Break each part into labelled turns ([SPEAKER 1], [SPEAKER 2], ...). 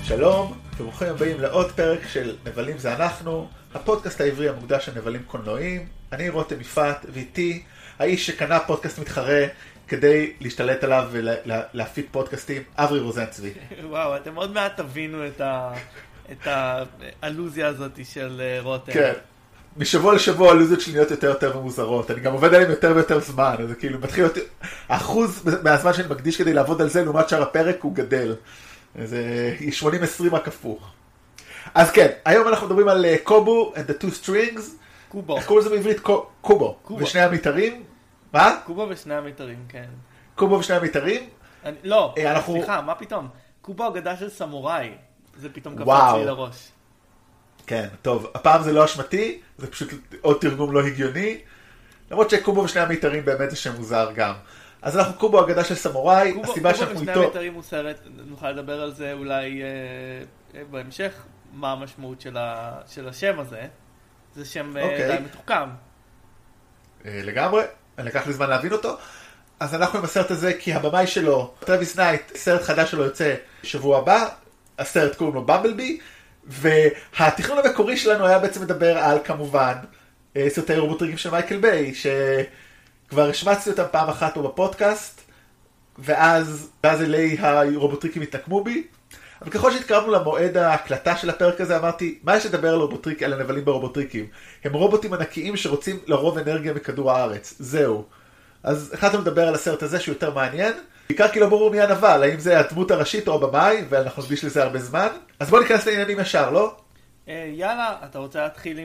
[SPEAKER 1] שלום, וברוכים הבאים לעוד פרק של נבלים זה אנחנו, הפודקאסט העברי המוקדש לנבלים קולנועיים. אני רותם יפעת, ואיתי האיש שקנה פודקאסט מתחרה כדי להשתלט עליו ולהפיק פודקאסטים, אברי רוזנצבי.
[SPEAKER 2] וואו, אתם עוד מעט תבינו את האלוזיה הזאת של רותם.
[SPEAKER 1] כן, משבוע לשבוע האלוזיות שלי נהיות יותר ומוזרות. אני גם עובד עליהם יותר ויותר זמן, אז כאילו מתחיל להיות, האחוז מהזמן שאני מקדיש כדי לעבוד על זה לעומת שאר הפרק הוא גדל. זה 80-20 רק הפוך. אז כן, היום אנחנו מדברים על קובו and the two strings.
[SPEAKER 2] קובו.
[SPEAKER 1] איך קוראים לזה בעברית? קובו. ושני המיתרים. מה?
[SPEAKER 2] קובו ושני המיתרים, כן.
[SPEAKER 1] קובו ושני המיתרים?
[SPEAKER 2] לא, סליחה, מה פתאום? קובו אגדה של סמוראי. זה פתאום קפץ לי לראש.
[SPEAKER 1] כן, טוב. הפעם זה לא אשמתי, זה פשוט עוד תרגום לא הגיוני. למרות שקובו ושני המיתרים באמת זה שם מוזר גם. אז אנחנו קובו אגדה של סמוראי, הסיבה שאנחנו איתו...
[SPEAKER 2] קובו ושני המיתרים הוא סרט, נוכל לדבר על זה אולי בהמשך, מה המשמעות של השם הזה. זה שם די מתוחכם.
[SPEAKER 1] לגמרי, אני לקח לי זמן להבין אותו. אז אנחנו עם הסרט הזה, כי הבמאי שלו, טרוויס נייט, סרט חדש שלו יוצא שבוע הבא, הסרט קוראים לו במבלבי, והתכנון המקורי שלנו היה בעצם לדבר על, כמובן, סרטי רובוטריקים של מייקל ביי, שכבר השמצתי אותם פעם אחת פה בפודקאסט, ואז אלי הרובוטריקים התנקמו בי, אבל ככל שהתקרבנו למועד ההקלטה של הפרק הזה, אמרתי, מה יש לדבר על הנבלים ברובוטריקים? הם רובוטים ענקיים שרוצים לרוב אנרגיה מכדור הארץ. זהו. אז החלטנו לדבר על הסרט הזה שהוא יותר מעניין. בעיקר כי לא ברור מי הנבל, האם זה הדמות הראשית או הבמאי, ואנחנו נקדיש לזה הרבה זמן. אז בואו ניכנס לעניינים ישר, לא?
[SPEAKER 2] יאללה, אתה רוצה להתחיל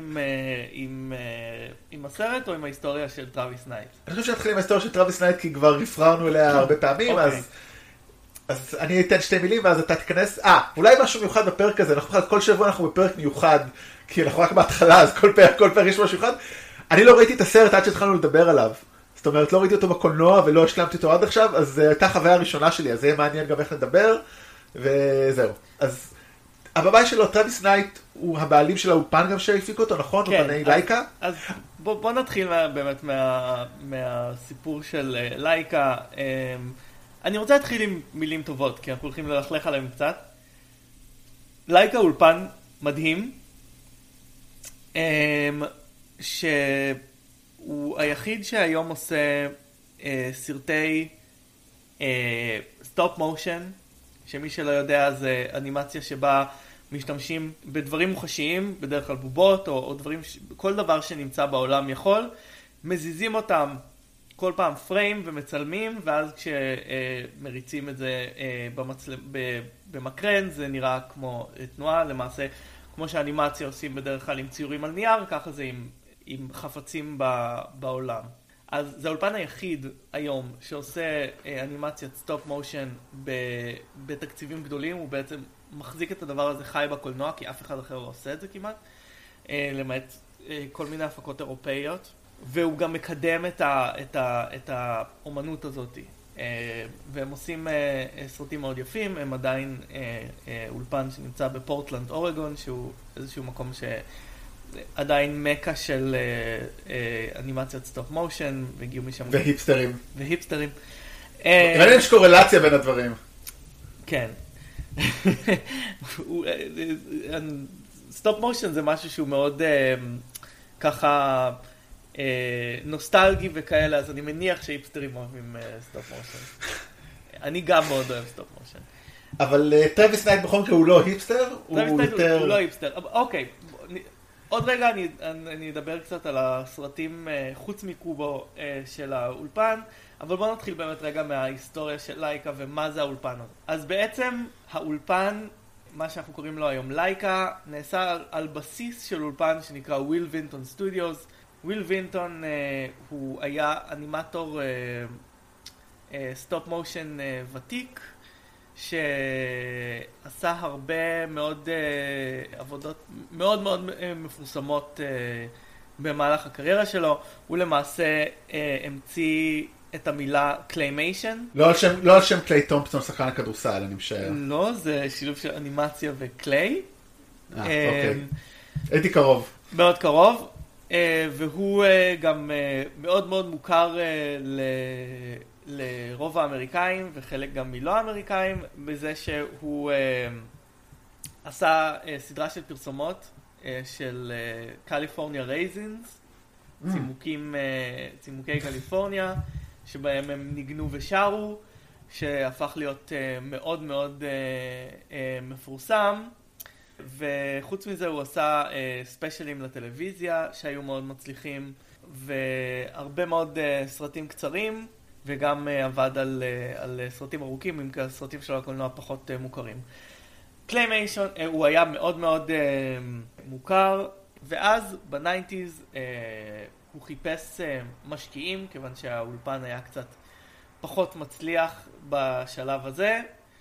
[SPEAKER 2] עם הסרט או עם ההיסטוריה של טרוויס נייט?
[SPEAKER 1] אני חושב שנתחיל עם ההיסטוריה של טרוויס נייט, כי כבר רפררנו אליה הרבה פעמים, אז אני אתן שתי מילים ואז אתה תיכנס. אולי משהו מיוחד בפרק הזה, כל שבוע אנחנו בפרק מיוחד, כי אנחנו רק בהתחלה, אז כל פרק יש משהו מיוחד. אני לא ראיתי את הסרט עד שהתחלנו לדבר עליו. זאת אומרת, לא ראיתי אותו בקולנוע ולא השלמתי אותו עד עכשיו, אז זו הייתה החוויה הראשונה שלי, אז זה יהיה מעניין גם איך לדבר, וזהו. אז הבמאי שלו, טרוויס נייט, הוא הבעלים של האולפן גם שהפיק אותו, נכון?
[SPEAKER 2] כן.
[SPEAKER 1] אולפני לייקה?
[SPEAKER 2] אז בוא נתחיל באמת מהסיפור של לייקה. אני רוצה להתחיל עם מילים טובות, כי אנחנו הולכים ללכלך עליהם קצת. לייקה אולפן מדהים, שהוא היחיד שהיום עושה סרטי סטופ מושן, שמי שלא יודע זה אנימציה שבה משתמשים בדברים מוחשיים, בדרך כלל בובות או דברים, כל דבר שנמצא בעולם יכול, מזיזים אותם כל פעם פריים ומצלמים, ואז כשמריצים את זה במקרן, זה נראה כמו תנועה, למעשה כמו שהאנימציה עושים בדרך כלל עם ציורים על נייר, ככה זה עם חפצים בעולם. אז זה האולפן היחיד היום שעושה אנימציית סטופ מושן בתקציבים גדולים, הוא בעצם מחזיק את הדבר הזה חי בקולנוע, כי אף אחד אחר לא עושה את זה כמעט, למעט כל מיני הפקות אירופאיות. והוא גם מקדם את האומנות הזאת. והם עושים סרטים מאוד יפים, הם עדיין אולפן שנמצא בפורטלנד, אורגון, שהוא איזשהו מקום שעדיין מקה של אנימציית סטופ מושן, והגיעו משם...
[SPEAKER 1] והיפסטרים. יש קורלציה בין הדברים.
[SPEAKER 2] כן. סטופ מושן זה משהו שהוא מאוד ככה... נוסטלגי וכאלה, אז אני מניח שהיפסטרים אוהבים סטופ מושן. אני גם מאוד אוהב סטופ מושן.
[SPEAKER 1] אבל טרוויס נייט בכל מקרה הוא לא היפסטר?
[SPEAKER 2] טרוויס נייט הוא לא היפסטר. אוקיי, עוד רגע אני אדבר קצת על הסרטים חוץ מקובו של האולפן, אבל בואו נתחיל באמת רגע מההיסטוריה של לייקה ומה זה האולפן הזה. אז בעצם האולפן, מה שאנחנו קוראים לו היום לייקה, נעשה על בסיס של אולפן שנקרא וויל וינטון סטודיוס. וויל וינטון הוא היה אנימטור סטופ מושן ותיק, שעשה הרבה מאוד עבודות מאוד מאוד מפורסמות במהלך הקריירה שלו. הוא למעשה המציא את המילה קליימיישן.
[SPEAKER 1] לא על שם קליי תומפסון, שחקן הכדורסל, אני משער.
[SPEAKER 2] לא, זה שילוב של אנימציה וקליי.
[SPEAKER 1] אוקיי. הייתי קרוב.
[SPEAKER 2] מאוד קרוב. והוא גם מאוד מאוד מוכר לרוב האמריקאים וחלק גם מלא האמריקאים, בזה שהוא עשה סדרה של פרסומות של קליפורניה רייזינס, צימוקי קליפורניה, שבהם הם ניגנו ושרו, שהפך להיות מאוד מאוד מפורסם. וחוץ מזה הוא עשה ספיישלים לטלוויזיה שהיו מאוד מצליחים, והרבה מאוד סרטים קצרים, וגם עבד על סרטים ארוכים, עם סרטים של הקולנוע פחות מוכרים. קליימיישן, הוא היה מאוד מאוד מוכר, ואז ב-90s הוא חיפש משקיעים, כיוון שהאולפן היה קצת פחות מצליח בשלב הזה,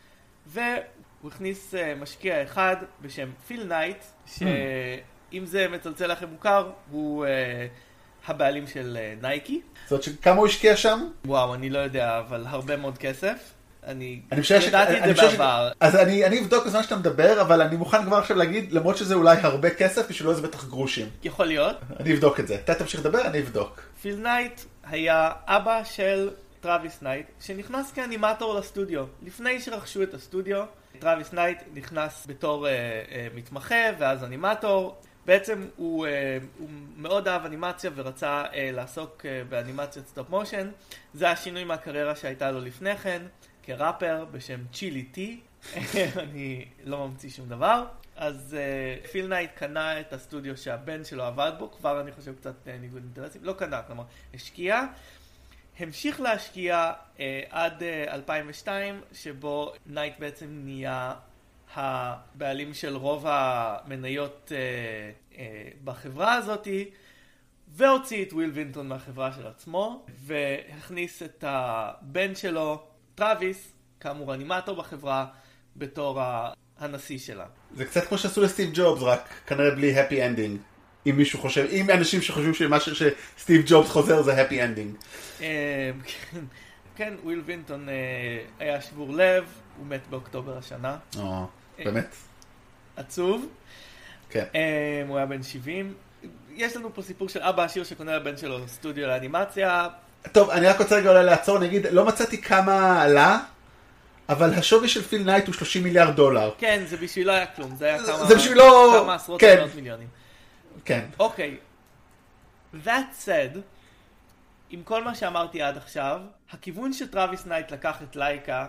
[SPEAKER 2] והוא הכניס משקיע אחד בשם פיל נייט, שאם זה מצלצל לכם מוכר, הוא הבעלים של נייקי.
[SPEAKER 1] זאת אומרת שכמה הוא השקיע שם?
[SPEAKER 2] וואו, אני לא יודע, אבל הרבה מאוד כסף. אני ידעתי את זה בעבר.
[SPEAKER 1] אז אני אבדוק בזמן שאתה מדבר, אבל אני מוכן כבר עכשיו להגיד, למרות שזה אולי הרבה כסף, בשבילו זה בטח גרושים.
[SPEAKER 2] יכול להיות.
[SPEAKER 1] אני אבדוק את זה. אתה תמשיך לדבר, אני אבדוק.
[SPEAKER 2] פיל נייט היה אבא של טראביס נייט, שנכנס כאנימטור לסטודיו. לפני שרכשו את הסטודיו, טראביס נייט נכנס בתור מתמחה ואז אנימטור. בעצם הוא מאוד אהב אנימציה ורצה לעסוק באנימציות סטופ מושן. זה השינוי מהקריירה שהייתה לו לפני כן, כראפר בשם צ'ילי טי. אני לא ממציא שום דבר. אז פיל נייט קנה את הסטודיו שהבן שלו עבד בו, כבר אני חושב קצת ניגוד אינטרסים, לא קנה, כלומר השקיע. המשיך להשקיע עד 2002, שבו נייט בעצם נהיה הבעלים של רוב המניות בחברה הזאת, והוציא את וויל וינטון מהחברה של עצמו, והכניס את הבן שלו, טראביס, כאמור אנימטור בחברה, בתור הנשיא שלה.
[SPEAKER 1] זה קצת כמו שעשו לסטיב ג'ובס, רק כנראה בלי happy ending. אם מישהו חושב, אם אנשים שחושבים שסטיב ג'ובס חוזר זה happy ending.
[SPEAKER 2] כן, וויל וינטון היה שבור לב, הוא מת באוקטובר השנה.
[SPEAKER 1] באמת?
[SPEAKER 2] עצוב.
[SPEAKER 1] כן.
[SPEAKER 2] הוא היה בן 70. יש לנו פה סיפור של אבא עשיר שקונה לבן שלו סטודיו לאנימציה.
[SPEAKER 1] טוב, אני רק רוצה רגע אולי לעצור, נגיד, לא מצאתי כמה עלה, אבל השווי של פיל נייט הוא $30 מיליארד.
[SPEAKER 2] כן, זה בשבילו היה כלום, זה היה כמה עשרות מאות מיליונים.
[SPEAKER 1] כן.
[SPEAKER 2] אוקיי. That said, עם כל מה שאמרתי עד עכשיו, הכיוון שטראביס נייט לקח את לייקה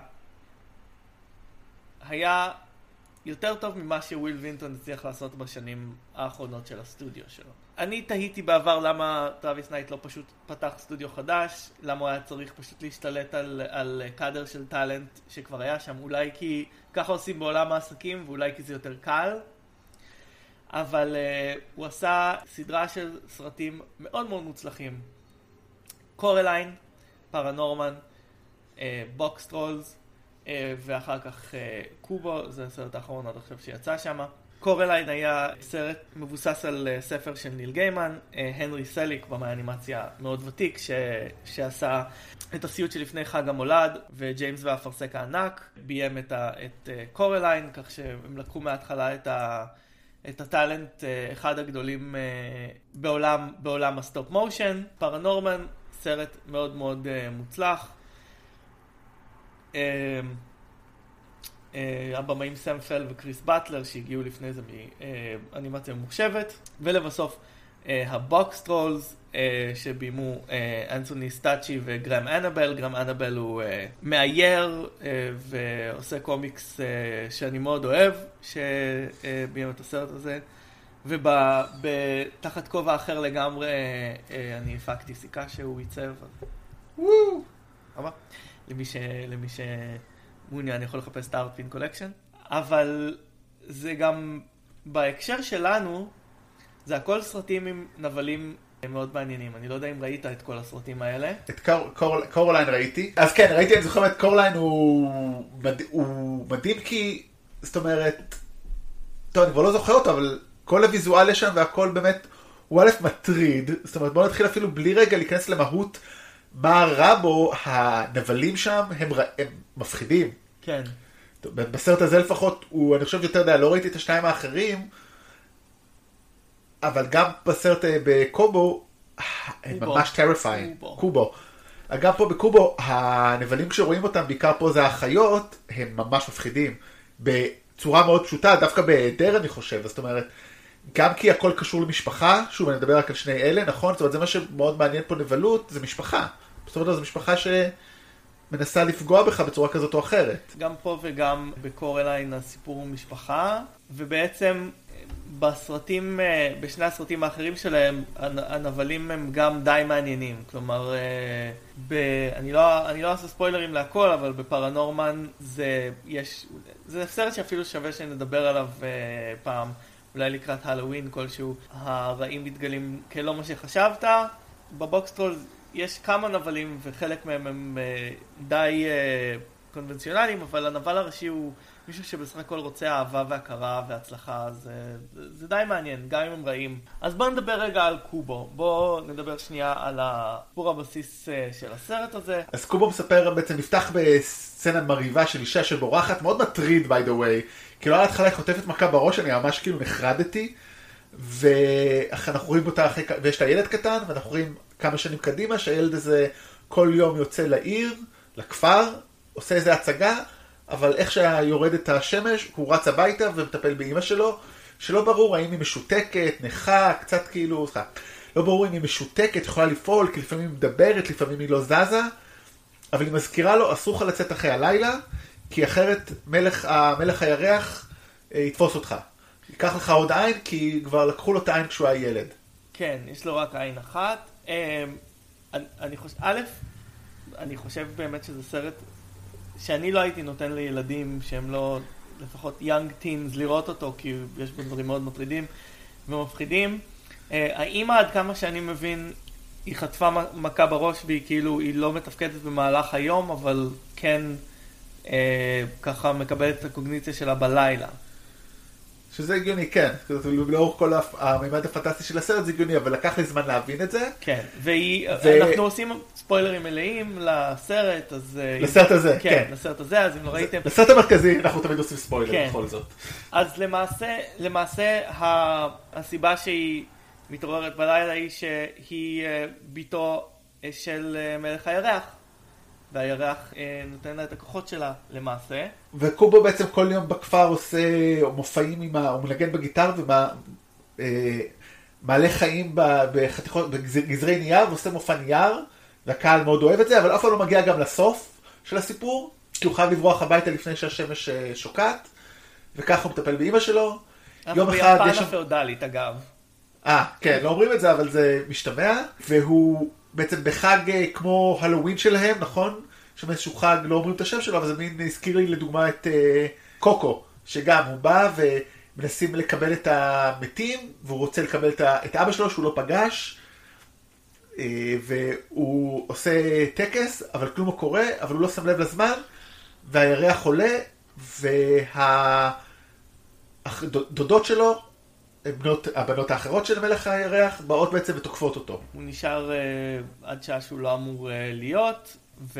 [SPEAKER 2] היה יותר טוב ממה שוויל וינטון הצליח לעשות בשנים האחרונות של הסטודיו שלו. אני תהיתי בעבר למה טראביס נייט לא פשוט פתח סטודיו חדש, למה הוא היה צריך פשוט להשתלט על קאדר של טלנט שכבר היה שם, אולי כי ככה עושים בעולם העסקים ואולי כי זה יותר קל. אבל הוא עשה סדרה של סרטים מאוד מאוד מוצלחים. קורליין, פרנורמן, בוקסטרולס, ואחר כך קובו, זה הסרט האחרון עד עכשיו שיצא שם. קורליין היה סרט מבוסס על ספר של ניל גיימן, הנרי סליק, במאי אנימציה מאוד ותיק, שעשה את הסיוט שלפני חג המולד, וג'יימס והאפרסק הענק ביים את קורליין, כך שהם לקחו מההתחלה את הטלנט אחד הגדולים בעולם הסטופ מושן. פרנורמן, סרט מאוד מאוד מוצלח. הבמאים סם פל וקריס באטלר שהגיעו לפני זה מאנימציה ממוחשבת. ולבסוף הבוקסטרולס שבימו אנתוני סטאצ'י וגרם אנבל. גרם אנבל הוא מאייר ועושה קומיקס שאני מאוד אוהב, שביים את הסרט הזה. ובתחת כובע אחר לגמרי אני הפקתי סיכה שהוא ייצב. למי שמעוניין יכול לחפש את הארטפין קולקשן. אבל זה גם בהקשר שלנו, זה הכל סרטים עם נבלים מאוד מעניינים. אני לא יודע אם ראית את כל הסרטים האלה.
[SPEAKER 1] את קורליין ראיתי. אז כן, ראיתי, אני זוכר את קורליין, הוא מדהים כי, זאת אומרת, טוב, אני כבר לא זוכר אותו, אבל כל הוויזואליה שם והכל באמת, הוא א' מטריד. זאת אומרת, בואו נתחיל אפילו בלי רגע להיכנס למהות מה רע בו. הנבלים שם הם מפחידים.
[SPEAKER 2] כן.
[SPEAKER 1] בסרט הזה לפחות, אני חושב יותר לא ראיתי את השניים האחרים, אבל גם בסרט בקובו, הם ממש טריפיין. קובו. גם פה בקובו, הנבלים כשרואים אותם, בעיקר פה זה החיות, הם ממש מפחידים. צורה מאוד פשוטה, דווקא בהיעדר אני חושב, זאת אומרת, גם כי הכל קשור למשפחה, שוב אני מדבר רק על שני אלה, נכון? זאת אומרת, זה מה שמאוד מעניין פה נבלות, זה משפחה. זאת אומרת, זו משפחה שמנסה לפגוע בך בצורה כזאת או אחרת.
[SPEAKER 2] גם פה וגם בקורליין הסיפור הוא משפחה, ובעצם בסרטים, בשני הסרטים האחרים שלהם, הנבלים הם גם די מעניינים. כלומר, אני לא אעשה ספוילרים להכל, אבל בפרנורמן זה סרט שאפילו שווה שנדבר עליו פעם, אולי לקראת הלואוין כלשהו, הרעים מתגלים כלא מה שחשבת. בבוקסטרול יש כמה נבלים וחלק מהם הם די קונבנציונליים, אבל הנבל הראשי הוא מישהו שבסך הכל רוצה אהבה והכרה והצלחה, זה די מעניין, גם אם הם רעים. אז בואו נדבר רגע על קובו. בואו נדבר שנייה על הסיפור הבסיס של הסרט הזה.
[SPEAKER 1] אז קובו מספר, בעצם נפתח בסצנה מרהיבה של אישה שבורחת, מאוד מטריד by the way, כאילו על ההתחלה היא חוטפת מכה בראש, אני ממש כאילו נחרדתי, ואנחנו רואים אותה, ויש לה ילד קטן, ואנחנו רואים כמה שנים קדימה, שהילד הזה כל יום יוצא לעיר, לכפר, עושה איזו הצגה, אבל איך שיורדת השמש, הוא רץ הביתה ומטפל באמא שלו, שלא ברור האם היא משותקת, נכה, קצת כאילו, לא ברור אם היא משותקת, יכולה לפעול, כי לפעמים היא מדברת, לפעמים היא לא זזה, אבל היא מזכירה לו, אסור לך לצאת אחרי הלילה, כי אחרת המלך הירח יתפוס אותך. ייקח לך עוד עין, כי כבר לקחו לו את העין כשהוא היה ילד.
[SPEAKER 2] כן, יש לו רק עין אחת. אני חושב באמת שזה סרט שאני לא הייתי נותן לילדים שהם לא, לפחות young teens, לראות אותו, כי יש בו דברים מאוד מטרידים ומפחידים. האמא, עד כמה שאני מבין, היא חטפה מכה בראש, והיא כאילו, היא לא מתפקדת במהלך היום, אבל כן ככה מקבלת את הקוגניציה שלה בלילה.
[SPEAKER 1] שזה הגיוני, כן. לאורך כל המימד הפנטסטי של הסרט זה הגיוני, אבל לקח לי זמן להבין את זה.
[SPEAKER 2] כן, אנחנו עושים ספוילרים מלאים לסרט, אז...
[SPEAKER 1] לסרט הזה, כן.
[SPEAKER 2] לסרט הזה, אז אם לא ראיתם...
[SPEAKER 1] לסרט המרכזי אנחנו תמיד עושים ספוילר בכל זאת.
[SPEAKER 2] אז למעשה הסיבה שהיא מתעוררת בלילה היא שהיא ביתו של מלך הירח. והירח נותן לה את הכוחות שלה למעשה.
[SPEAKER 1] וקובו בעצם כל יום בכפר עושה מופעים, הוא מנגן בגיטר ומעלה חיים בגזרי נייר, ועושה מופע נייר, והקהל מאוד אוהב את זה, אבל אף פעם לא מגיע גם לסוף של הסיפור, כי הוא חייב לברוח הביתה לפני שהשמש שוקעת, וכך הוא מטפל באמא שלו.
[SPEAKER 2] אנחנו ביפן הפאודלית אגב.
[SPEAKER 1] כן, לא אומרים את זה, אבל זה משתמע, והוא... בעצם בחג כמו הלואוין שלהם, נכון? שם איזשהו חג, לא אומרים את השם שלו, אבל זה מין הזכיר לי לדוגמה את קוקו, שגם הוא בא ומנסים לקבל את המתים, והוא רוצה לקבל את אבא שלו שהוא לא פגש, והוא עושה טקס, אבל כלום לא קורה, אבל הוא לא שם לב לזמן, והירח עולה, והדודות שלו, הבנות האחרות של מלך הירח באות בעצם ותוקפות אותו.
[SPEAKER 2] הוא נשאר עד שעה שהוא לא אמור להיות,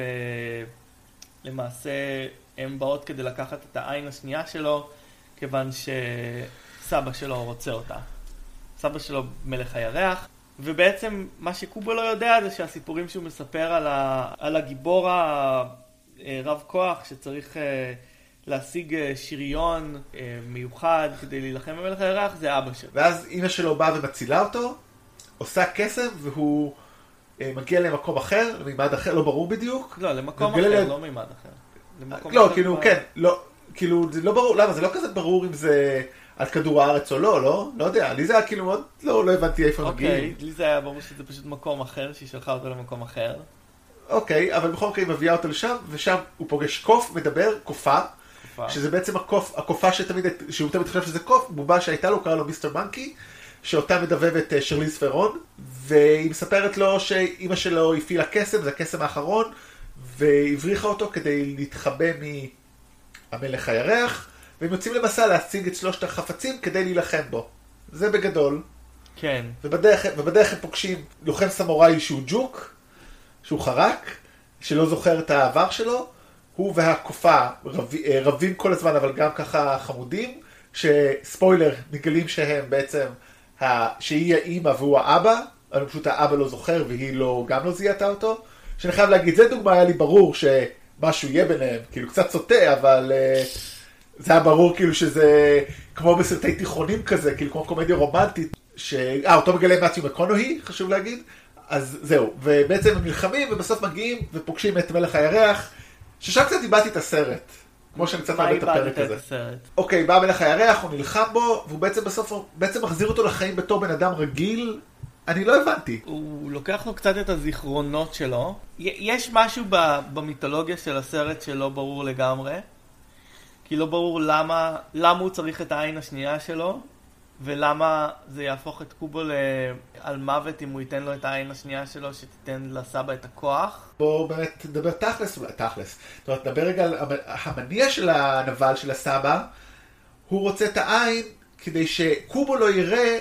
[SPEAKER 2] ולמעשה הן באות כדי לקחת את העין השנייה שלו, כיוון שסבא שלו רוצה אותה. סבא שלו מלך הירח, ובעצם מה שקובו לא יודע זה שהסיפורים שהוא מספר על הגיבור הרב כוח שצריך... להשיג שריון מיוחד כדי להילחם במלך הירח, זה אבא שלו.
[SPEAKER 1] ואז אמא שלו באה ומצילה אותו, עושה קסם, והוא מגיע למקום אחר, למימד אחר, לא ברור בדיוק.
[SPEAKER 2] לא, למקום אחר, לא מימד אחר.
[SPEAKER 1] לא, כאילו, כן, כאילו, זה לא ברור, למה? זה לא כזה ברור אם זה על כדור הארץ או לא, לא? לא יודע, לי זה היה כאילו מאוד, לא הבנתי איפה מגיעים.
[SPEAKER 2] אוקיי, לי זה היה ברור שזה פשוט מקום אחר, שהיא שלחה אותו למקום אחר.
[SPEAKER 1] אוקיי, אבל בכל מקרה היא מביאה אותו לשם, ושם הוא פוגש קוף, מדבר, קופה, שזה בעצם הקופה שהוא תמיד חושב שזה קוף, בובה שהייתה לו, קרא לו מיסטר מנקי, שאותה מדבבת שרליז פרון, והיא מספרת לו שאמא שלו הפעילה קסם, זה הקסם האחרון, והבריחה אותו כדי להתחבא מהמלך הירח, והם יוצאים למסע להשיג את שלושת החפצים כדי להילחם בו. זה בגדול.
[SPEAKER 2] כן.
[SPEAKER 1] ובדרך הם פוגשים לוחם סמוראי שהוא ג'וק, שהוא חרק, שלא זוכר את העבר שלו, הוא והקופה רבים כל הזמן, אבל גם ככה חמודים, שספוילר, מגלים שהם בעצם, שהיא האמא והוא האבא, אבל פשוט האבא לא זוכר והיא גם לא זיהתה אותו. שאני חייב להגיד, זה דוגמה, היה לי ברור שמשהו יהיה ביניהם, כאילו קצת סוטה, אבל זה היה ברור כאילו שזה כמו בסרטי תיכונים כזה, כאילו כמו קומדיה רומנטית, אותו מגלה מתיו מקונאהי, חשוב להגיד, אז זהו, ובעצם הם נלחמים ובסוף מגיעים ופוגשים את מלך הירח, ששם קצת איבדתי את הסרט, כמו שאני קצת מאבד את הפרק הזה. אוקיי, בא מלך הירח, הוא נלחם בו, והוא בעצם בסוף, בעצם מחזיר אותו לחיים בתור בן אדם רגיל, אני לא הבנתי.
[SPEAKER 2] הוא לוקח לו קצת את הזיכרונות שלו. יש משהו במיתולוגיה של הסרט שלא ברור לגמרי. כי לא ברור למה הוא צריך את העין השנייה שלו, ולמה זה יהפוך את קובו על מוות אם הוא ייתן לו את העין השנייה שלו, שתיתן לסבא את הכוח.
[SPEAKER 1] בואו באמת נדבר תכלס. זאת אומרת, נדבר רגע על המניע של הנבל של הסבא. הוא רוצה את העין כדי שקובו לא יראה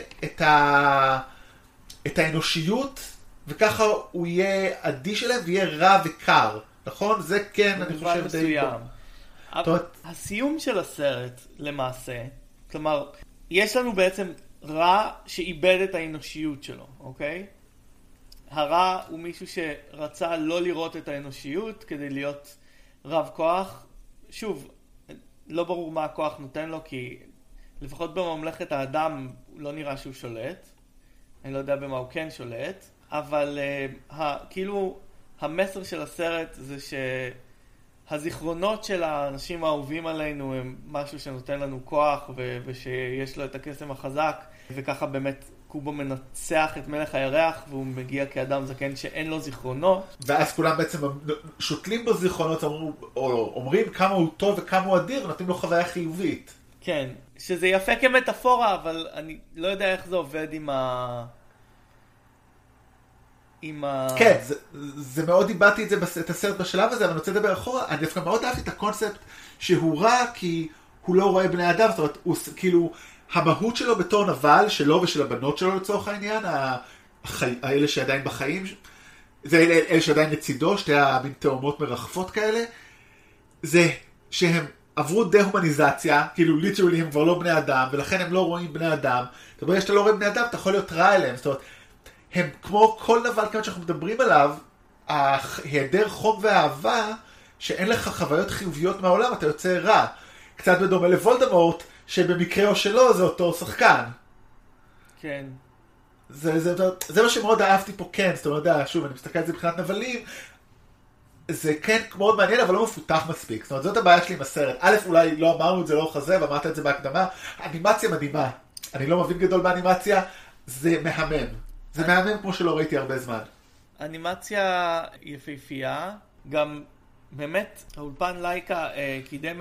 [SPEAKER 1] את האנושיות, וככה הוא יהיה עדי שלהם ויהיה רע וקר. נכון? זה כן, אני חושב די פה.
[SPEAKER 2] הסיום של הסרט, למעשה, כלומר, יש לנו בעצם רע שאיבד את האנושיות שלו, אוקיי? הרע הוא מישהו שרצה לא לראות את האנושיות כדי להיות רב כוח. שוב, לא ברור מה הכוח נותן לו, כי לפחות בממלכת האדם לא נראה שהוא שולט. אני לא יודע במה הוא כן שולט, אבל כאילו המסר של הסרט זה שהזיכרונות של האנשים האהובים עלינו הם משהו שנותן לנו כוח ושיש לו את הקסם החזק, וככה באמת קובו מנצח את מלך הירח והוא מגיע כאדם זקן שאין לו זיכרונות.
[SPEAKER 1] ואז כולם בעצם שותלים בו זיכרונות, אומרים כמה הוא טוב וכמה הוא אדיר, ונותנים לו חוויה חיובית.
[SPEAKER 2] כן, שזה יפה כמטאפורה, אבל אני לא יודע איך זה עובד עם ה...
[SPEAKER 1] כן, זה מאוד איבדתי את הסרט בשלב הזה, אבל אני רוצה לדבר אחורה. אני דווקא מאוד אהבתי את הקונספט שהוא רע כי הוא לא רואה בני אדם, זאת אומרת, הוא כאילו, המהות שלו בתור נבל, שלו ושל הבנות שלו לצורך העניין, האלה שעדיין בחיים, זה אלה שעדיין לצידו, שתי המין תאומות מרחפות כאלה, זה שהם עברו דה-הומניזציה, כאילו ליטרלי הם כבר לא בני אדם, ולכן הם לא רואים בני אדם. זאת אומרת, שאתה לא רואה בני אדם, אתה יכול להיות רע אליהם. זאת אומרת, הם כמו כל נבל כמעט שאנחנו מדברים עליו, ההיעדר חום ואהבה, שאין לך חוויות חיוביות מהעולם, אתה יוצא רע. קצת בדומה לוולדמורט, שבמקרה או שלא זה אותו שחקן.
[SPEAKER 2] כן.
[SPEAKER 1] זה מה שמאוד אהבתי פה, כן. זאת אומרת, שוב, אני מסתכל על זה מבחינת נבלים, זה כן מאוד מעניין, אבל לא מפותח מספיק. זאת אומרת, זאת הבעיה שלי עם הסרט. א', אולי לא אמרנו את זה לאורך הזה, ואמרת את זה בהקדמה. אנימציה מדהימה. אני לא מבין גדול באנימציה, זה מהמם. זה מהמם כמו שלא ראיתי הרבה זמן.
[SPEAKER 2] אנימציה יפהפייה, גם באמת האולפן לייקה קידם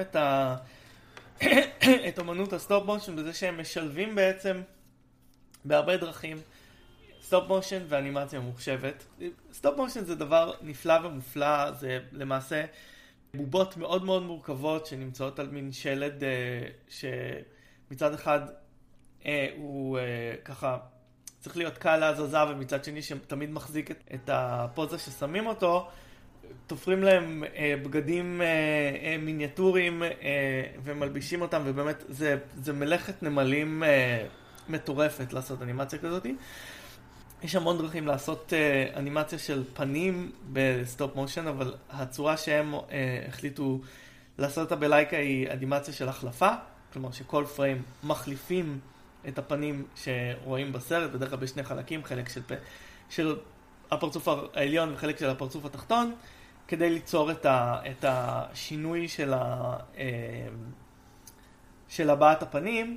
[SPEAKER 2] את אומנות הסטופ מושן בזה שהם משלבים בעצם בהרבה דרכים סטופ מושן ואנימציה ממוחשבת. סטופ מושן זה דבר נפלא ומופלא, זה למעשה בובות מאוד מאוד מורכבות שנמצאות על מין שלד שמצד אחד הוא ככה צריך להיות קל להזזה, ומצד שני שתמיד מחזיק את הפוזה ששמים אותו, תופרים להם בגדים מיניאטוריים ומלבישים אותם, ובאמת זה מלאכת נמלים מטורפת לעשות אנימציה כזאת. יש המון דרכים לעשות אנימציה של פנים בסטופ מושן, אבל הצורה שהם החליטו לעשות אותה בלייקה היא אנימציה של החלפה, כלומר שכל פריים מחליפים את הפנים שרואים בסרט, בדרך כלל בשני חלקים, חלק של הפרצוף העליון וחלק של הפרצוף התחתון, כדי ליצור את השינוי של הבעת הפנים.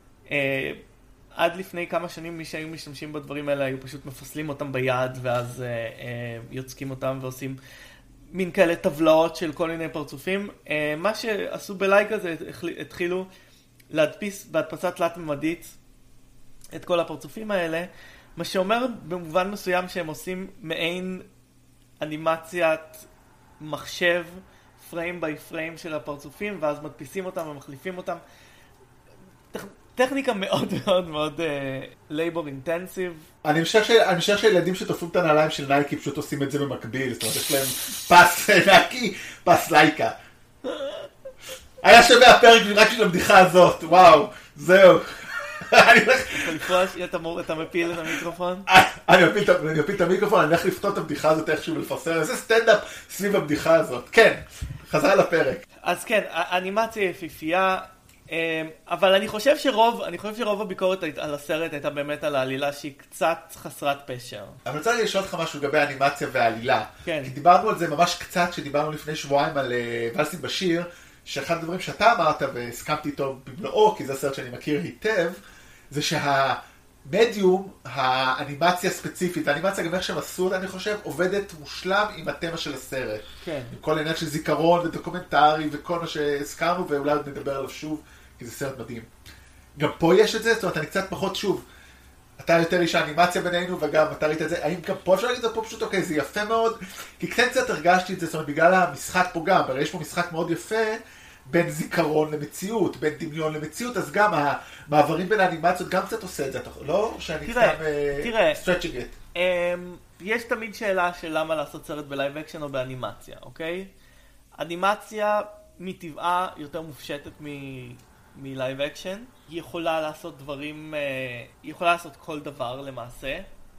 [SPEAKER 2] עד לפני כמה שנים מי שהיו משתמשים בדברים האלה היו פשוט מפסלים אותם ביד, ואז יוצקים אותם ועושים מין כאלה טבלאות של כל מיני פרצופים. מה שעשו בלייגה זה התחילו להדפיס בהדפסת תלת-ממדית את כל הפרצופים האלה, מה שאומר במובן מסוים שהם עושים מעין אנימציית מחשב, פריים ביי פריים של הפרצופים, ואז מדפיסים אותם ומחליפים אותם. טכניקה מאוד מאוד מאוד labor intensive.
[SPEAKER 1] אני משער שהילדים שתופרים את הנעליים של נייקי פשוט עושים את זה במקביל, זאת אומרת, יש להם פס נייקי, פס לייקה. היה שווה הפרק רק של הבדיחה הזאת, וואו, זהו.
[SPEAKER 2] אתה מפיל את המיקרופון?
[SPEAKER 1] אני מפיל את המיקרופון, אני הולך לפתור את הבדיחה הזאת איכשהו ולפרסם, איזה סטנדאפ סביב הבדיחה הזאת. כן, חזרה לפרק.
[SPEAKER 2] אז כן, האנימציה יפיפייה, אבל אני חושב שרוב הביקורת על הסרט הייתה באמת על העלילה שהיא קצת חסרת פשר.
[SPEAKER 1] אני רוצה לשאול אותך משהו לגבי האנימציה והעלילה.
[SPEAKER 2] כן.
[SPEAKER 1] כי דיברנו על זה ממש קצת, שדיברנו לפני שבועיים על ולסים בשיר, שאחד הדברים שאתה אמרת והסכמתי איתו במלואו, כי זה סרט שאני מכיר היטב, זה שהמדיום, האנימציה הספציפית, האנימציה גם איך שהם עשו אותה, אני חושב, עובדת מושלם עם התמה של הסרט.
[SPEAKER 2] כן.
[SPEAKER 1] עם כל העניין של זיכרון ודוקומנטרי וכל מה שהזכרנו, ואולי עוד נדבר עליו שוב, כי זה סרט מדהים. גם פה יש את זה, זאת אומרת, אני קצת פחות שוב, אתה יותר איש האנימציה בינינו, וגם אתה ראית את זה, האם גם פה אפשר להגיד את זה פה פשוט, אוקיי, זה יפה מאוד, כי קצת הרגשתי את זה, זאת אומרת, בגלל המשחק פה גם, הרי יש פה משחק מאוד יפה, בין זיכרון למציאות, בין דמיון למציאות, אז גם המעברים בין האנימציות גם קצת עושה את זה, לא שאני סתם stretching it.
[SPEAKER 2] יש תמיד שאלה של למה לעשות סרט בלייב אקשן או באנימציה, אוקיי? אנימציה מטבעה יותר מופשטת מלייב אקשן. היא יכולה לעשות דברים, היא יכולה לעשות כל דבר למעשה.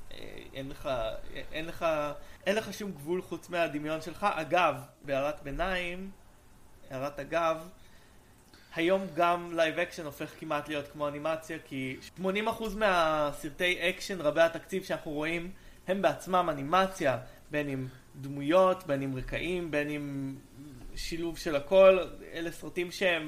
[SPEAKER 2] אין לך שום גבול חוץ מהדמיון שלך. אגב, בהערת ביניים, הערת אגב, היום גם לייב אקשן הופך כמעט להיות כמו אנימציה, כי 80% מהסרטי אקשן רבי התקציב שאנחנו רואים הם בעצמם אנימציה, בין עם דמויות, בין עם רקעים, בין עם שילוב של הכל. אלה סרטים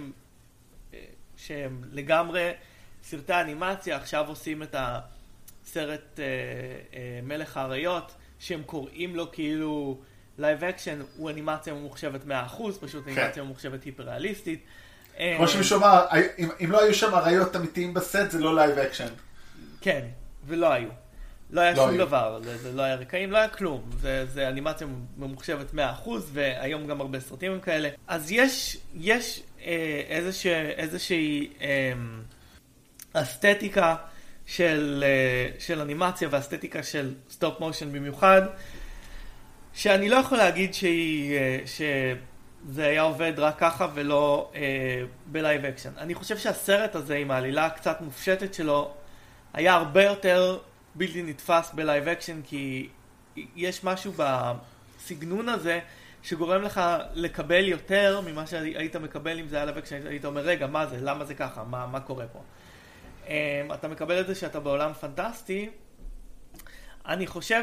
[SPEAKER 2] שהם לגמרי סרטי אנימציה. עכשיו עושים את הסרט מלך האריות, שהם קוראים לו כאילו לייב אקשן, הוא אנימציה ממוחשבת 100%, פשוט אנימציה ממוחשבת היפר-ריאליסטית.
[SPEAKER 1] כמו שמישהו אמר, אם לא היו שם אריות אמיתיים בסט, זה לא לייב אקשן.
[SPEAKER 2] כן, ולא היו. לא היה שום דבר, זה לא היה רקעים, לא היה כלום. זה אנימציה ממוחשבת 100%, והיום גם הרבה סרטים הם כאלה. אז יש איזושהי אסתטיקה של אנימציה ואסתטיקה של סטופ מושן במיוחד, שאני לא יכול להגיד שזה היה עובד רק ככה ולא בלייב אקשן. אני חושב שהסרט הזה עם העלילה הקצת מופשטת שלו היה הרבה יותר בלתי נתפס בלייב אקשן, כי יש משהו בסגנון הזה שגורם לך לקבל יותר ממה שהיית מקבל אם זה היה לייב אקשן. היית אומר, רגע, מה זה? למה זה ככה? מה קורה פה? אתה מקבל את זה שאתה בעולם פנטסטי. אני חושב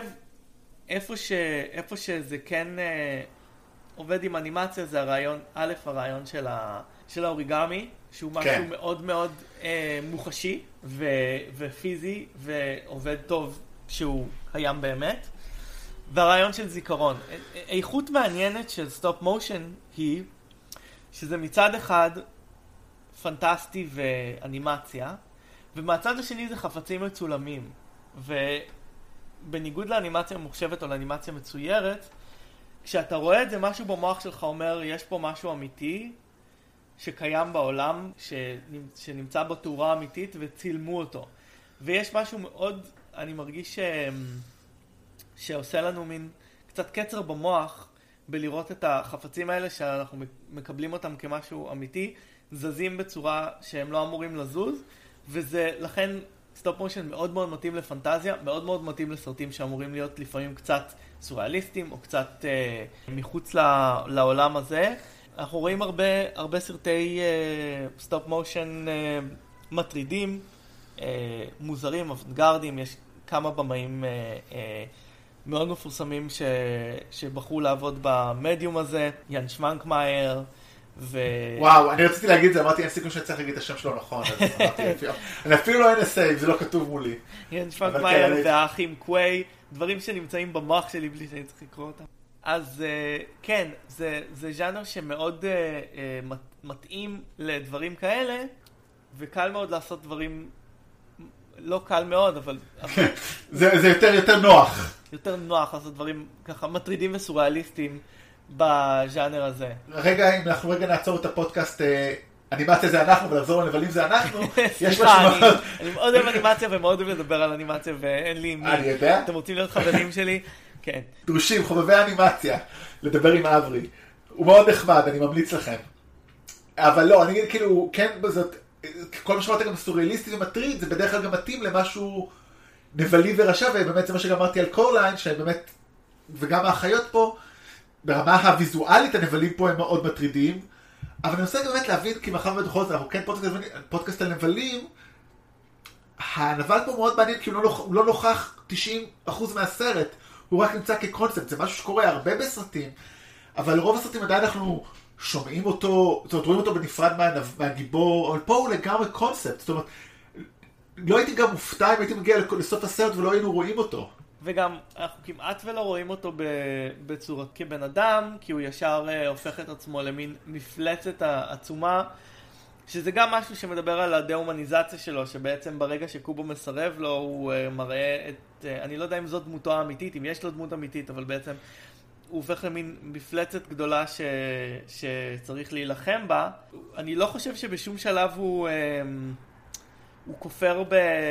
[SPEAKER 2] איפה שזה כן עובד עם אנימציה, זה הרעיון של האוריגמי, שהוא משהו מאוד מאוד מוחשי ופיזי, ועובד טוב שהוא קיים באמת. והרעיון של זיכרון. איכות מעניינת של סטופ מושן היא שזה מצד אחד פנטסטי ואנימציה, ומהצד השני זה חפצים מצולמים. ובניגוד לאנימציה ממוחשבת או לאנימציה מצוירת, כשאתה רואה את זה, משהו במוח שלך אומר, יש פה משהו אמיתי שקיים בעולם, שנמצא בתאורה אמיתית וצילמו אותו. ויש משהו מאוד, אני מרגיש שעושה לנו מין קצת קצר במוח בלראות את החפצים האלה שאנחנו מקבלים אותם כמשהו אמיתי, זזים בצורה שהם לא אמורים לזוז, וזה לכן סטופ מושן מאוד מאוד מתאים לפנטזיה, מאוד מאוד מתאים לסרטים שאמורים להיות לפעמים קצת סוריאליסטים או קצת מחוץ לעולם הזה. אנחנו רואים הרבה סרטי סטופ מושן מטרידים, מוזרים, אוונגרדים. יש כמה במאים מאוד מפורסמים שבחרו לעבוד במדיום הזה, יאן שמנקמאייר
[SPEAKER 1] וואו, אני רציתי להגיד את זה, אמרתי אין סיכוי שאני צריך להגיד את השם שלו נכון, אני אפילו לא NSA, זה לא כתוב מולי.
[SPEAKER 2] יאן שמנקמאייר והאחים קווי, דברים שנמצאים במוח שלי בלי שאני צריך לקרוא אותם. אז כן, זה ז'אנר שמאוד מתאים לדברים כאלה, וקל מאוד לעשות דברים, לא קל מאוד, אבל
[SPEAKER 1] זה יותר נוח.
[SPEAKER 2] יותר נוח לעשות דברים ככה מטרידים וסוריאליסטיים בז'אנר הזה.
[SPEAKER 1] רגע, אם אנחנו נעצור את הפודקאסט, אנימציה זה אנחנו, ולחזור לנבלים זה אנחנו.
[SPEAKER 2] סליחה, אני מאוד אוהב אנימציה ומאוד אוהב לדבר על אנימציה, ואין לי מי.
[SPEAKER 1] אני יודע.
[SPEAKER 2] אתם רוצים להיות חברים שלי? כן.
[SPEAKER 1] דרושים, חובבי אנימציה, לדבר עם אברי. הוא מאוד נחמד, אני ממליץ לכם. אבל לא, אני אגיד כאילו, כן, זאת כל מה שאמרת גם סוריאליסטי ומטריד, זה בדרך כלל גם מתאים למשהו נבלי ורשע, ובאמת זה מה שגם אמרתי על קורליין, שבאמת, וגם האחיות פה, ברמה הוויזואלית הנבלים פה הם מאוד מטרידים, אבל אני רוצה באמת להבין, כי מאחר ובכל זאת, אנחנו כן פודקאסט על נבלים, הנבל פה מאוד מעניין, כי הוא לא נוכח 90% מהסרט, הוא רק נמצא כקונספט, זה משהו שקורה הרבה בסרטים, אבל לרוב הסרטים עדיין אנחנו שומעים אותו, זאת אומרת, רואים אותו בנפרד מהגיבור, אבל פה הוא לגמרי קונספט, זאת אומרת, לא הייתי גם מופתע אם הייתי מגיע לסוף הסרט ולא היינו רואים אותו.
[SPEAKER 2] וגם אנחנו כמעט ולא רואים אותו בצורה כבן אדם, כי הוא ישר הופך את עצמו למין מפלצת עצומה, שזה גם משהו שמדבר על הדה-הומניזציה שלו, שבעצם ברגע שקובו מסרב לו, הוא מראה את, אני לא יודע אם זאת דמותו האמיתית, אם יש לו דמות אמיתית, אבל בעצם הוא הופך למין מפלצת גדולה שצריך להילחם בה. אני לא חושב שבשום שלב הוא כופר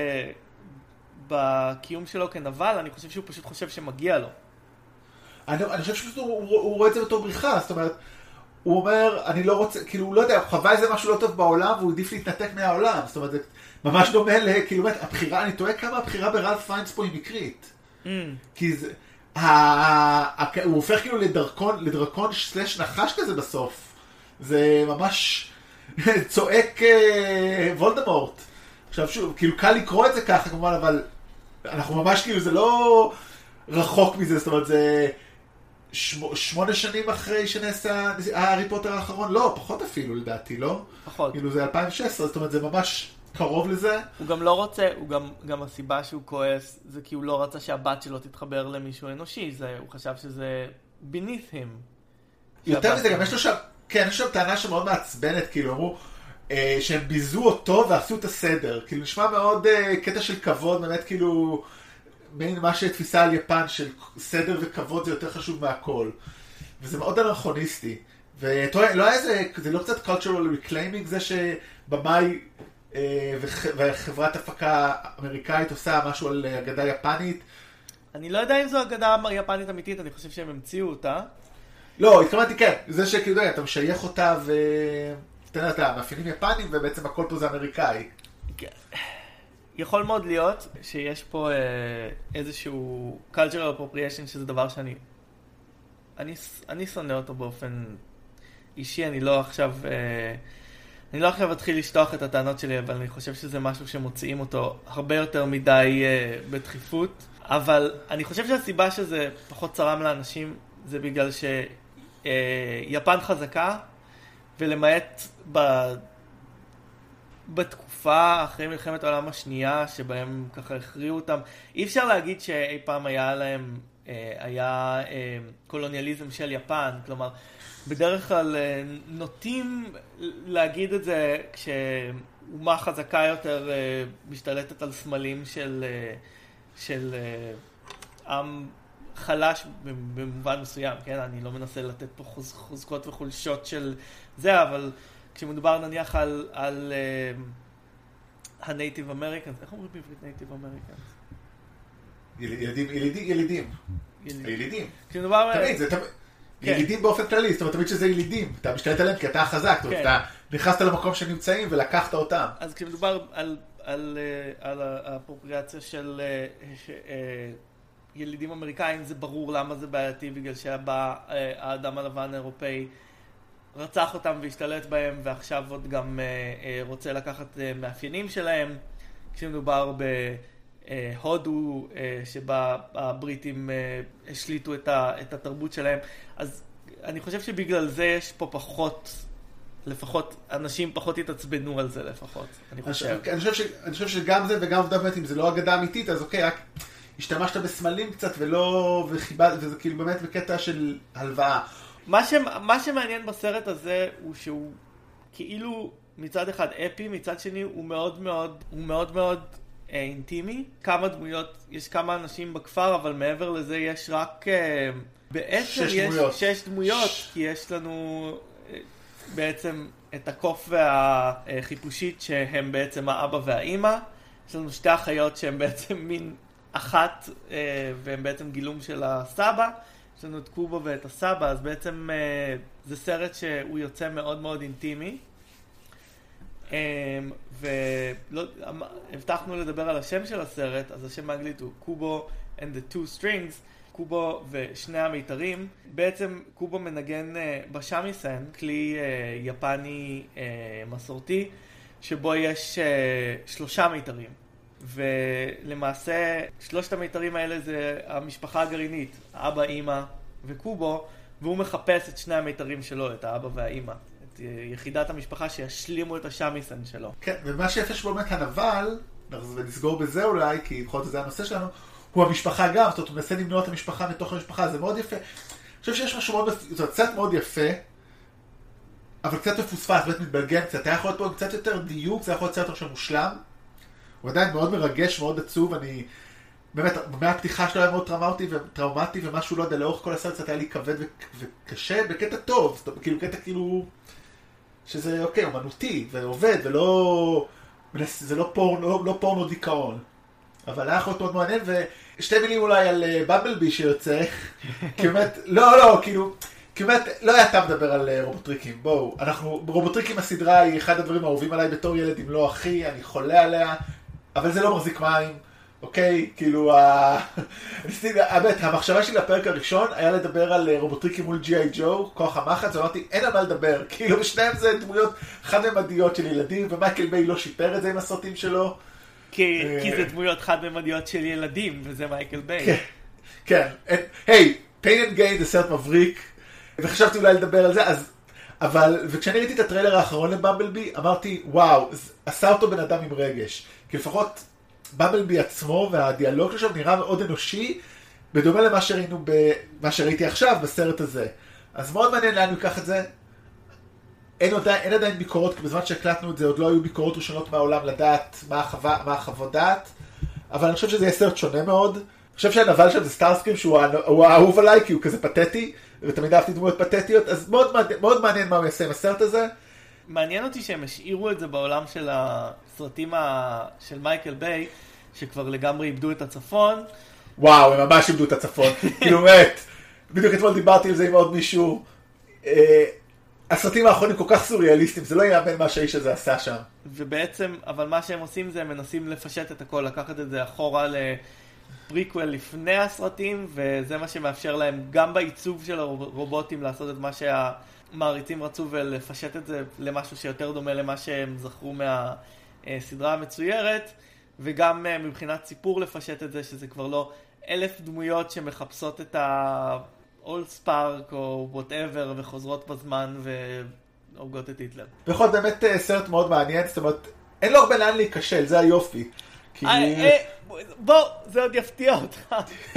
[SPEAKER 2] בקיום שלו כנבל, אני חושב שהוא פשוט חושב שמגיע לו.
[SPEAKER 1] אני חושב שהוא רואה את זה בתור בריחה, זאת אומרת, הוא אומר, אני לא רוצה, כאילו, הוא לא יודע, הוא חווה איזה משהו לא טוב בעולם, והוא עדיף להתנתק מהעולם, זאת אומרת, זה ממש דומה כאילו, הבחירה, אני טועה כמה הבחירה ברלף פיינס פה היא מקרית. כי זה, הוא הופך כאילו לדרקון סלש נחש כזה בסוף. זה ממש צועק וולדמורט. עכשיו שוב, כאילו קל לקרוא את זה ככה כמובן, אבל אנחנו ממש כאילו, זה לא רחוק מזה, זאת אומרת, זה 8 שנים אחרי שנעשה הארי פוטר האחרון, לא, פחות אפילו לדעתי, לא?
[SPEAKER 2] פחות.
[SPEAKER 1] כאילו זה 2016, זאת אומרת, זה ממש קרוב לזה.
[SPEAKER 2] הוא גם לא רוצה, גם הסיבה שהוא כועס, זה כי הוא לא רצה שהבת שלו תתחבר למישהו אנושי, הוא חשב שזה beneath him.
[SPEAKER 1] יותר מזה, גם יש לו שם, כן, יש שם טענה שמאוד מעצבנת, כאילו, אמרו, שהם ביזו אותו ועשו את הסדר. כאילו, נשמע מאוד קטע של כבוד, באמת כאילו, מעין מה שתפיסה על יפן, של סדר וכבוד זה יותר חשוב מהכל. וזה מאוד אנכרוניסטי. ולא היה זה לא קצת cultural reclaiming, זה שבמאי וחברת הפקה אמריקאית עושה משהו על אגדה יפנית.
[SPEAKER 2] אני לא יודע אם זו אגדה יפנית אמיתית, אני חושב שהם המציאו אותה.
[SPEAKER 1] לא, התכוונתי כן, זה שכאילו, אתה משייך אותה תן אתה, מאפיינים יפנים, ובעצם הכל פה זה אמריקאי.
[SPEAKER 2] יכול מאוד להיות שיש פה איזשהו cultural appropriation, שזה דבר אני שונא אותו באופן אישי, אני לא עכשיו אתחיל לשטוח את הטענות שלי, אבל אני חושב שזה משהו שמוציאים אותו הרבה יותר מדי בדחיפות. אבל אני חושב שהסיבה שזה פחות צרם לאנשים, זה בגלל שיפן חזקה, ולמעט בתקופה אחרי מלחמת העולם השנייה, שבהם ככה הכריעו אותם, אי אפשר להגיד שאי פעם היה קולוניאליזם של יפן, כלומר, בדרך כלל נוטים להגיד את זה כשאומה חזקה יותר משתלטת על סמלים של עם חלש במובן מסוים, כן? אני לא מנסה לתת פה חוזקות וחולשות של זה, אבל כשמדובר נניח על הנייטיב אמריקאנס, איך אומרים בעברית נייטיב אמריקאנס?
[SPEAKER 1] ילידים.
[SPEAKER 2] כשמדובר...
[SPEAKER 1] תמיד, זה תמיד. ילידים באופן כללי, זאת אומרת, תמיד שזה ילידים. אתה משתלט עליהם כי אתה חזק, אתה נכנסת למקום שהם נמצאים ולקחת אותם. אז
[SPEAKER 2] כשמדובר על האפרופריאציה של ילידים אמריקאים, זה ברור למה זה בעייתי, בגלל שהבא האדם הלבן האירופאי רצח אותם והשתלט בהם, ועכשיו עוד גם רוצה לקחת מאפיינים שלהם. כשמדובר בהודו, שבה הבריטים השליטו את התרבות שלהם, אז אני חושב שבגלל זה יש פה לפחות אנשים פחות התעצבנו על זה לפחות, אני חושב.
[SPEAKER 1] אני חושב שגם זה וגם עובדה באמת, אם זה לא אגדה אמיתית, אז אוקיי, רק השתמשת בסמלים קצת וזה כאילו באמת בקטע של הלוואה.
[SPEAKER 2] מה שמעניין בסרט הזה הוא שהוא כאילו מצד אחד אפי, מצד שני הוא מאוד מאוד אינטימי. כמה דמויות, יש כמה אנשים בכפר, אבל מעבר לזה יש רק בעצם יש 6 דמויות, כי יש לנו בעצם את הקוף והחיפושית שהם בעצם האבא והאימא. יש לנו 2 אחיות שהן בעצם מין אחת, והן בעצם גילום של הסבא. יש לנו את קובה ואת הסבא, אז בעצם זה סרט שהוא יוצא מאוד מאוד אינטימי. והבטחנו לדבר על השם של הסרט, אז השם באנגלית הוא קובו and the two strings, קובו ושני המיתרים. בעצם קובו מנגן בשמיסן, כלי יפני מסורתי, שבו יש 3 מיתרים. ולמעשה 3 המיתרים האלה זה המשפחה הגרעינית, אבא, אמא וקובו, והוא מחפש את 2 המיתרים שלו, את האבא והאמא, את יחידת המשפחה שישלימו את השמיסן שלו.
[SPEAKER 1] כן, ומה שיפה שבאמת הנבל, ונסגור בזה אולי, כי בכל זאת זה הנושא שלנו, הוא המשפחה גם, זאת אומרת, הוא מנסה למנוע את המשפחה מתוך המשפחה, זה מאוד יפה. אני חושב שיש משהו מאוד, זאת אומרת, קצת מאוד יפה, אבל קצת מפוספס, באמת מתבלגן קצת, היה יכול להיות פה קצת יותר דיוק, זה יכול להיות סרט עכשיו מושלם, הוא עדיין מאוד מרגש, מאוד עצוב, אני, באמת, מהפתיחה שלו היה מאוד טראומטי, ומשהו לא יודע, לאורך כל הסרט קצת היה לי כבד וקשה, בקטע טוב, זאת אומרת, כאילו, קטע כאילו, שזה אוקיי, אומנותי, ועובד, ולא, זה לא פורנו דיכאון. אבל היה יכול להיות מאוד מעניין, ושתי מילים אולי על במבלבי שיוצא, כי באמת, כאילו, כי באמת, לא היה טעם לדבר על רובוטריקים, בואו, רובוטריקים הסדרה היא אחד הדברים האהובים עליי בתור ילד, אם לא אחי, אני חולה עליה, אבל זה לא מחזיק מים, אוקיי, כאילו, באמת, המחשבה שלי לפרק הראשון היה לדבר על רובוטריקים מול ג'י איי ג'ו, כוח המחץ, ואמרתי, אין על מה לדבר, כאילו, בשניהם זה דמויות חד-ממדיות של ילדים, ומייקל ביי לא שיפר את זה עם הסרטים שלו,
[SPEAKER 2] כי זה דמויות חד-ממדיות של ילדים, וזה מייקל ביי.
[SPEAKER 1] כן, היי, Pain and Gain זה סרט מבריק, וחשבתי אולי לדבר על זה, אבל, וכשאני ראיתי את הטריילר האחרון לבמבלבי, אמרתי, וואו, עשה אותו בן אדם עם רגש, כי לפחות במבלבי עצמו והדיאלוג שלו נראה מאוד אנושי, בדומה למה שראינו, מה שראיתי עכשיו בסרט הזה. אז מאוד מעניין לאן הוא ייקח את זה. אין עדיין ביקורות, כי בזמן שהקלטנו את זה עוד לא היו ביקורות ראשונות מהעולם לדעת מה החוות דעת, אבל אני חושב שזה יהיה סרט שונה מאוד. אני חושב שהנבל שם זה סטארסקרים שהוא האהוב עליי, כי הוא כזה פתטי, ותמיד אהבתי דמויות פתטיות, אז מאוד מעניין מה הוא יעשה עם הסרט הזה.
[SPEAKER 2] מעניין אותי שהם השאירו את זה בעולם של הסרטים של מייקל ביי, שכבר לגמרי איבדו את הצפון.
[SPEAKER 1] וואו, הם ממש איבדו את הצפון. כאילו מת, בדיוק אתמול דיברתי על זה עם עוד מישהו. הסרטים האחרונים כל כך סוריאליסטיים, זה לא יאמן מה שהאיש הזה עשה שם.
[SPEAKER 2] ובעצם, אבל מה שהם עושים זה, הם מנסים לפשט את הכל, לקחת את זה אחורה לפריקוול לפני הסרטים, וזה מה שמאפשר להם גם בעיצוב של הרובוטים לעשות את מה שהמעריצים רצו, ולפשט את זה למשהו שיותר דומה למה שהם זכרו מהסדרה המצוירת, וגם מבחינת סיפור לפשט את זה, שזה כבר לא 1000 דמויות שמחפשות את אול ספארק או whatever וחוזרות בזמן והורגות את היטלר.
[SPEAKER 1] בכל באמת סרט מאוד מעניין, זאת אומרת, אין לו הרבה לאן להיכשל, זה היופי.
[SPEAKER 2] בוא, זה עוד יפתיע אותך.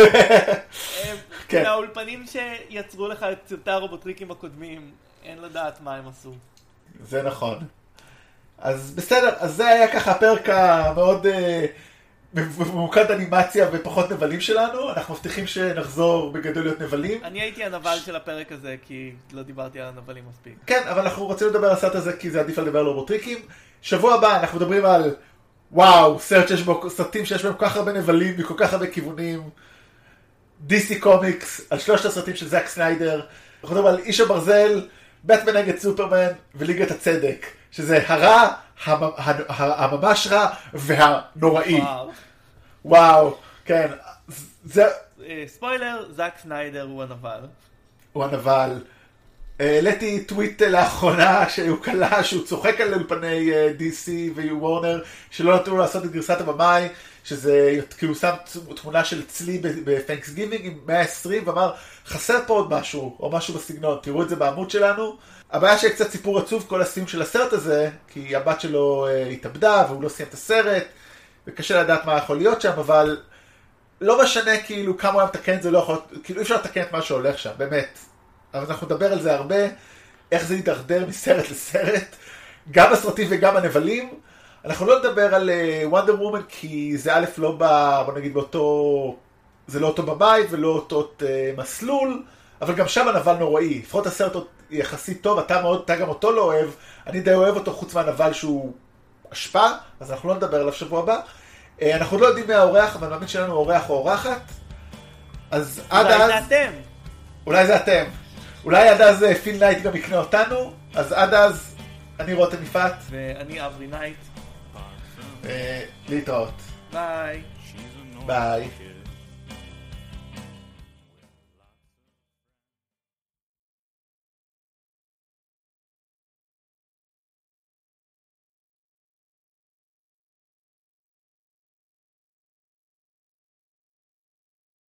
[SPEAKER 2] האולפנים שיצרו לך את סרטי הרובוטריקים הקודמים, אין לדעת מה הם עשו.
[SPEAKER 1] זה נכון. אז בסדר, אז זה היה ככה הפרק המאוד ממוקד אנימציה ופחות נבלים שלנו. אנחנו מבטיחים שנחזור בגדול להיות נבלים.
[SPEAKER 2] אני הייתי הנבל של הפרק הזה, כי לא דיברתי על הנבלים מספיק.
[SPEAKER 1] כן, אבל אנחנו רוצים לדבר על הסרט הזה, כי זה עדיף לדבר על רובוטריקים. שבוע הבא אנחנו מדברים על, וואו, סרטים שיש בהם כל כך הרבה נבלים מכל כך הרבה כיוונים. DC קומיקס, על 3 הסרטים של זאק סניידר. אנחנו מדברים על איש הברזל, בטמן נגד סופרמן וליגת הצדק. שזה הרע, הממש רע והנוראי. וואו, כן.
[SPEAKER 2] ספוילר, זאק סניידר הוא הנבל.
[SPEAKER 1] הוא הנבל. העליתי טוויט לאחרונה שהוא קלה, שהוא צוחק על אולפני DC ווורנר, שלא נתנו לו לעשות את גרסת הבמאי, שזה כאילו שם תמונה של צלי בפנקסגיבינג עם 120, ואמר, חסר פה עוד משהו, או משהו בסגנון, תראו את זה בעמוד שלנו. הבעיה שיהיה קצת סיפור עצוב כל הסיום של הסרט הזה, כי הבת שלו התאבדה, והוא לא סיים את הסרט, וקשה לדעת מה יכול להיות שם, אבל לא משנה כאילו כמה הוא היה מתקן את זה, לא יכול, כאילו אי אפשר לתקן את מה שהולך שם, באמת. אבל אנחנו נדבר על זה הרבה, איך זה ידרדר מסרט לסרט, גם הסרטים וגם הנבלים. אנחנו לא נדבר על וונדר וומן, כי זה א' לא בוא נגיד באותו, זה לא אותו בבית ולא אותו מסלול, אבל גם שם הנבל נוראי. לפחות הסרט יחסית טוב, אתה גם אותו לא אוהב, אני די אוהב אותו חוץ מהנבל שהוא השפע, אז אנחנו לא נדבר עליו שבוע הבא. אנחנו לא יודעים מי האורח, אבל מאמין שלנו אורח או אורחת. אז עד אז...
[SPEAKER 2] אולי זה אתם.
[SPEAKER 1] אולי זה אתם. אולי עד אז פיל נייט גם יקנה אותנו, אז עד אז אני רותם יפעת.
[SPEAKER 2] ואני אברי נייט.
[SPEAKER 1] להתראות.
[SPEAKER 2] ביי.
[SPEAKER 1] ביי.